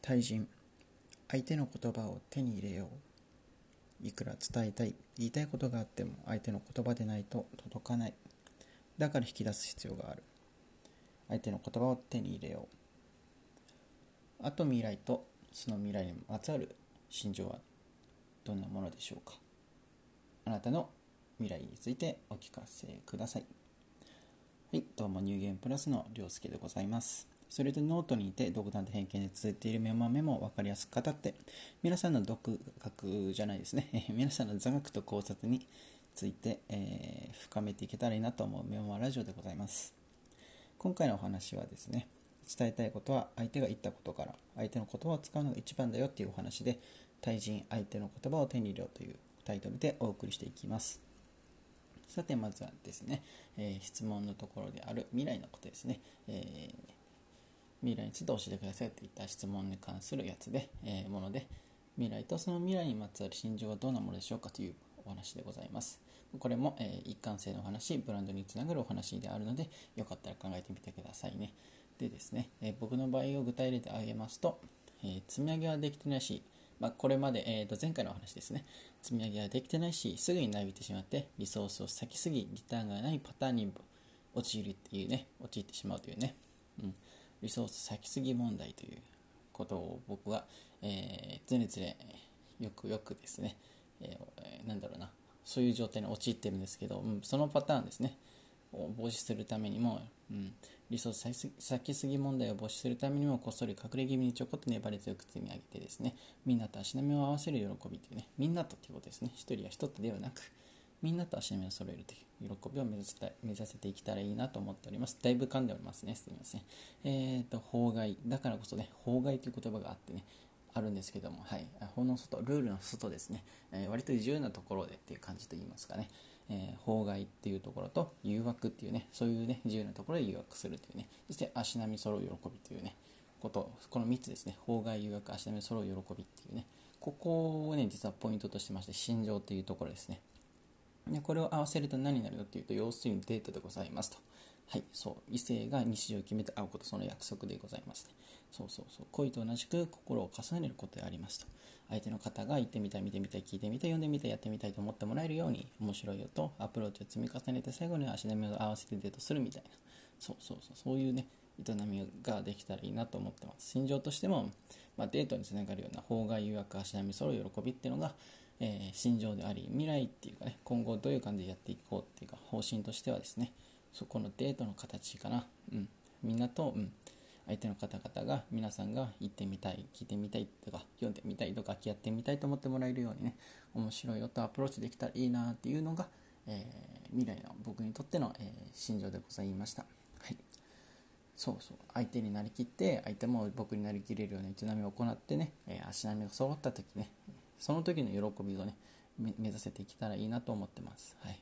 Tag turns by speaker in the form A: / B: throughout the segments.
A: 対人、相手の言葉を手に入れよう。いくら伝えたい、言いたいことがあっても相手の言葉でないと届かない。だから引き出す必要がある。相手の言葉を手に入れよう。あと未来とその未来にまつわる心情はどんなものでしょうか。あなたの未来についてお聞かせください。はい、どうもニューゲームプラスのりょうすけでございます。それとノートにて独断と偏見で続いているメモを分かりやすく語って、皆さんの独学じゃないですね皆さんの座学と考察について、深めていけたらいいなと思うメモラジオでございます。今回のお話はですね、伝えたいことは相手が言ったことから相手の言葉を使うのが一番だよっていうお話で、対人、相手の言葉を手に入れようというタイトルでお送りしていきます。さてまずはですね、質問のところである未来のことですね、未来について教えてくださいといった質問に関するやつで、もので、未来とその未来にまつわる心情はどんなものでしょうかというお話でございます。これも、一貫性のお話、ブランドにつながるお話であるので、よかったら考えてみてくださいね。でですね、僕の場合を具体例で挙げますと、積み上げはできてないし、これまで、前回のお話ですね、積み上げはできてないし、すぐに萎えてしまってリソースを割きすぎ、リターンがないパターンに陥ってしまうというね、リソース割きすぎ問題ということを僕は、常々よくですね、そういう状態に陥ってるんですけど、そのパターンですねを防止するためにも、リソース割きすぎ問題を防止するためにも、こっそり隠れ気味にちょこっと粘り強く積み上げてですね、みんなと足並みを合わせる喜びというね、みんなということですね、一人や一つではなく、みんなと足並みを揃えるという喜びを目指せていけたらいいなと思っております。だいぶ噛んでおりますね。すみません。法外。だからこそね、法外という言葉があってね、あるんですけども、はい。法の外、ルールの外ですね。割と自由なところでっていう感じと言いますかね。法外っていうところと誘惑っていうね、そういうね、自由なところで誘惑するというね、そして足並み揃う喜びというね、この3つですね、法外、誘惑、足並み揃う喜びっていうね、ここをね、実はポイントとしてまして、心情っていうところですね。でこれを合わせると何になるよっていうと、要するにデートでございますと。はい、そう、異性が日常を決めて会うこと、その約束でございますね。恋と同じく心を重ねることでありますと。相手の方が言ってみたい、見てみたい、聞いてみたい、読んでみたい、やってみたいと思ってもらえるように、面白いよとアプローチを積み重ねて、最後に足並みを合わせてデートするみたいな、そういうね、営みができたらいいなと思ってます。心情としても、デートにつながるような法外誘惑、足並み揃う喜びっていうのが、心情であり、未来っていうかね、今後どういう感じでやっていこうっていうか、方針としてはですね、そこのデートの形かな。みんなと、相手の方々が、皆さんが言ってみたい、聞いてみたいとか、読んでみたいとか、やってみたいと思ってもらえるようにね、面白いよとアプローチできたらいいなっていうのが、未来の僕にとっての、心情でございました。はい。相手になりきって、相手も僕になりきれるような営みを行ってね、足並みが揃った時ね、その時の喜びをね、目指せていけたらいいなと思ってます。はい。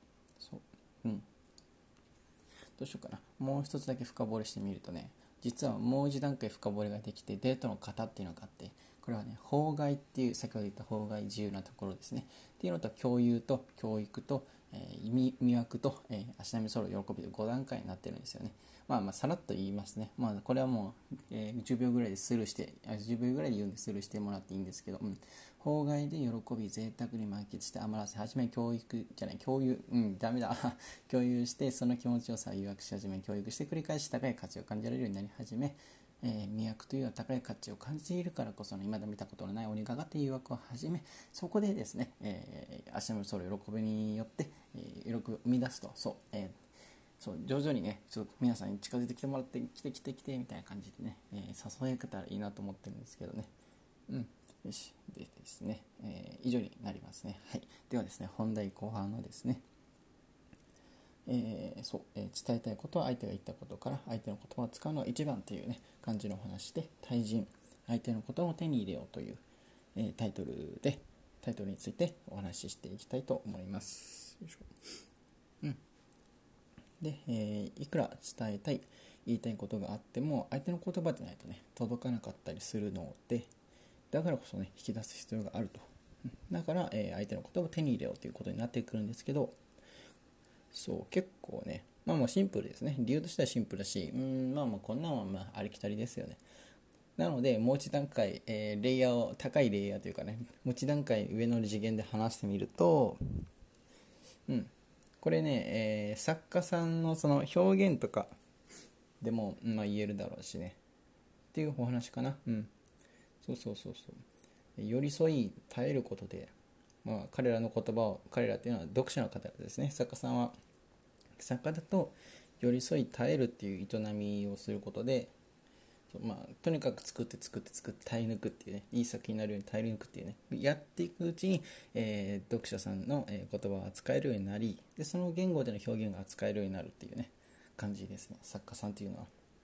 A: どうしようかな。もう一つだけ深掘りしてみるとね、実はもう一段階深掘りができて、デートの型っていうのがあって、これはね、法外っていう、先ほど言った法外自由なところですね。っていうのと、共有と教育と、魅惑と、足並み揃う喜びで5段階になってるんですよね。さらっと言いますね。これはもう、10秒ぐらいでスルーして、10秒ぐらいで言うんでスルーしてもらっていいんですけど、法外で喜び、贅沢に満喫して余らせ始め、共有共有して、その気持ちを誘惑し始め、教育して繰り返し高い価値を感じられるようになり始め、魅惑というのは高い価値を感じているからこその未だ見たことのない鬼がかって誘惑を始め、そこでですね、足並み揃う喜びによって、喜びを生み出すと、徐々にね、ちょっと皆さんに近づいてきてもらって、来てみたいな感じでね、誘い方たらいいなと思ってるんですけどね。よし。でですね、以上になりますね。はい。ではですね、本題後半のですね、伝えたいことは相手が言ったことから相手の言葉を使うのが一番というね、感じのお話で、対人、相手の言葉を手に入れようという、タイトルについてお話ししていきたいと思います。よいしょ。で、いくら伝えたい、言いたいことがあっても相手の言葉でないとね、届かなかったりするので、だからこそね、引き出す必要があると。だから、相手の言葉を手に入れようということになってくるんですけど、結構ね、もうシンプルですね。理由としてはシンプルだし、こんなんはありきたりですよね。 なのでもう一段階、レイヤーを高いレイヤーというかね、もう一段階上の次元で話してみると、これね、作家さんのその表現とかでも、言えるだろうしねっていうお話かな。そう寄り添い耐えることで、彼らの言葉を、彼らっていうのは読者の方ですね。作家さんは作家だと寄り添い耐えるっていう営みをすることで、とにかく作って耐え抜くっていうね、いい作品になるように耐え抜くっていうね、やっていくうちに、読者さんの、言葉を扱えるようになり、でその言語での表現が扱えるようになるっていうね感じですね、作家さんっていうのは。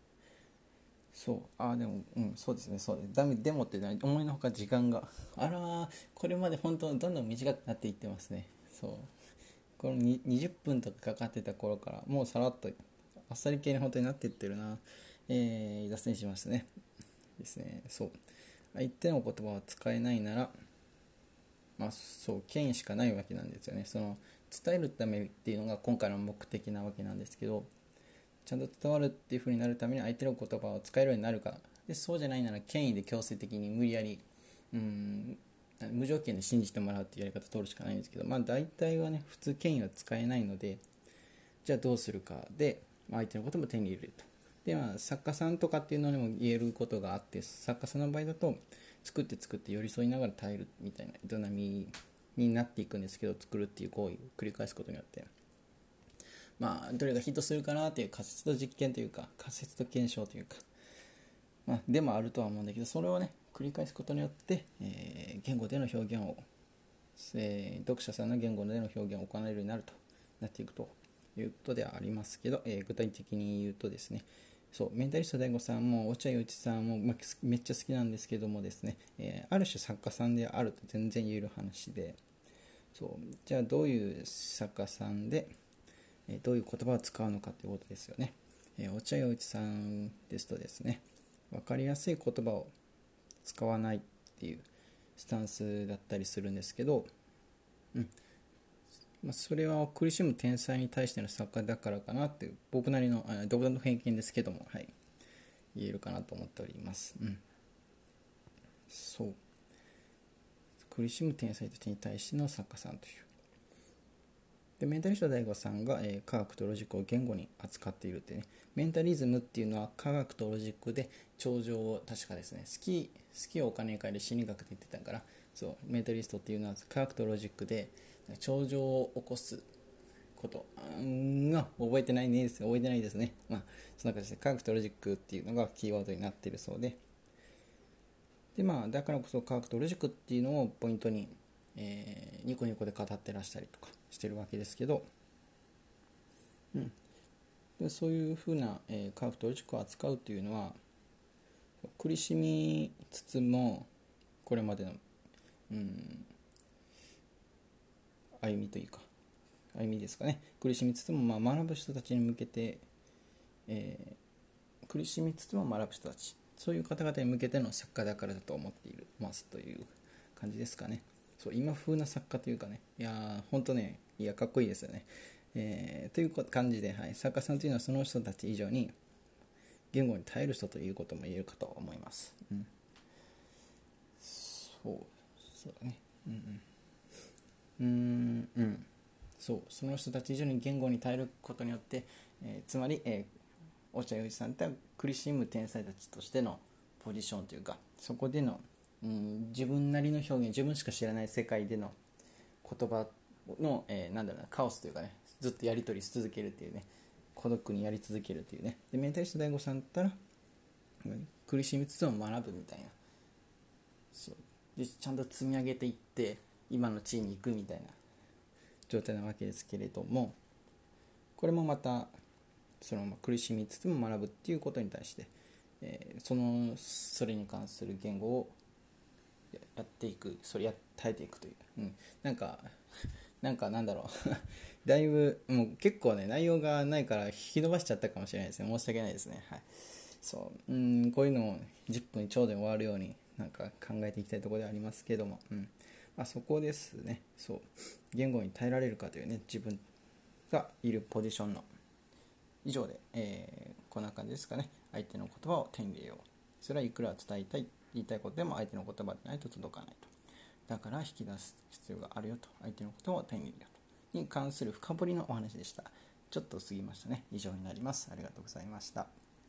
A: そうですね、そうです。でもって、ね、思いのほか時間がこれまで本当にどんどん短くなっていってますね。この20分とかかかってた頃からもうさらっとあっさり系に本当になっていってるな。脱線しますね。ですね。相手の言葉を使えないなら、権威しかないわけなんですよね。伝えるためっていうのが今回の目的なわけなんですけど、ちゃんと伝わるっていう風になるために相手の言葉を使えるようになるか、でそうじゃないなら権威で強制的に無理やり無条件で信じてもらうっていうやり方を取るしかないんですけど、大体はね普通権威は使えないので、じゃあどうするかで、相手のことも手に入れると。で、作家さんとかっていうのにも言えることがあって、作家さんの場合だと作って寄り添いながら耐えるみたいな営みになっていくんですけど、作るっていう行為を繰り返すことによって、どれがヒットするかなっていう仮説と実験というか、仮説と検証というか、でもあるとは思うんだけど、それをね繰り返すことによって、言語での表現を、読者さんの言語での表現を行えるようになるとなっていくということではありますけど、具体的に言うとですね、メンタリスト DAIGO さんも落合陽一さんも、めっちゃ好きなんですけどもですね、ある種作家さんであると全然言える話で、じゃあどういう作家さんで、どういう言葉を使うのかということですよね。落合陽一さんですとですね、分かりやすい言葉を使わないっていうスタンスだったりするんですけど、それは苦しむ天才に対しての作家だからかなっていう僕なりの独断の偏見ですけども、言えるかなと思っております。苦しむ天才たちに対しての作家さんという。でメンタリスト DAIGO さんが、科学とロジックを言語に扱っているってね。メンタリズムっていうのは科学とロジックで頂上を、確かですね、好きをお金に変える心理学って言ってたから、メンタリストっていうのは科学とロジックで頂上を起こすことが覚えてないですね。そんな感じで科学とロジックっていうのがキーワードになっているそうで、だからこそ科学とロジックっていうのをポイントに、ニコニコで語ってらしたりとかしてるわけですけど、でそういうふうな、科学とロジックを扱うというのは苦しみつつも、これまでの、歩みというか歩みですかね、苦しみつつも、学ぶ人たちに向けて、苦しみつつも学ぶ人たち、そういう方々に向けての作家だからだと思っていますという感じですかね。今風な作家というかね、本当ね、かっこいいですよね。という感じで、作家さんというのはその人たち以上に言語に耐える人ということも言えるかと思います。そうだね。その人たち以上に言語に耐えることによって、つまり、落合陽一さんって苦しむ天才たちとしてのポジションというか、そこでの、自分なりの表現、自分しか知らない世界での言葉の、カオスというかね、ずっとやり取りし続けるっていうね、孤独にやり続けるっていうね。でメンタリスト DAIGO さんだったら苦しみつつも学ぶみたいな、でちゃんと積み上げていって今の地位に行くみたいな状態なわけですけれども、これもまた苦しみつつも学ぶっていうことに対して、それに関する言語をやっていく、耐えていくという、なんだろうだいぶもう結構ね内容がないから引き伸ばしちゃったかもしれないですね。申し訳ないですね。こういうのを10分ちょうどで終わるように考えていきたいところではありますけども、そこですね。言語に耐えられるかというね、自分がいるポジションの以上で、こんな感じですかね。相手の言葉を手に入れよう。 それはいくら伝えたい、言いたいことでも相手の言葉でないと届かないと。だから引き出す必要があるよと、相手の言葉を手に入れるよとに関する深掘りのお話でした。ちょっと過ぎましたね。以上になります。ありがとうございました。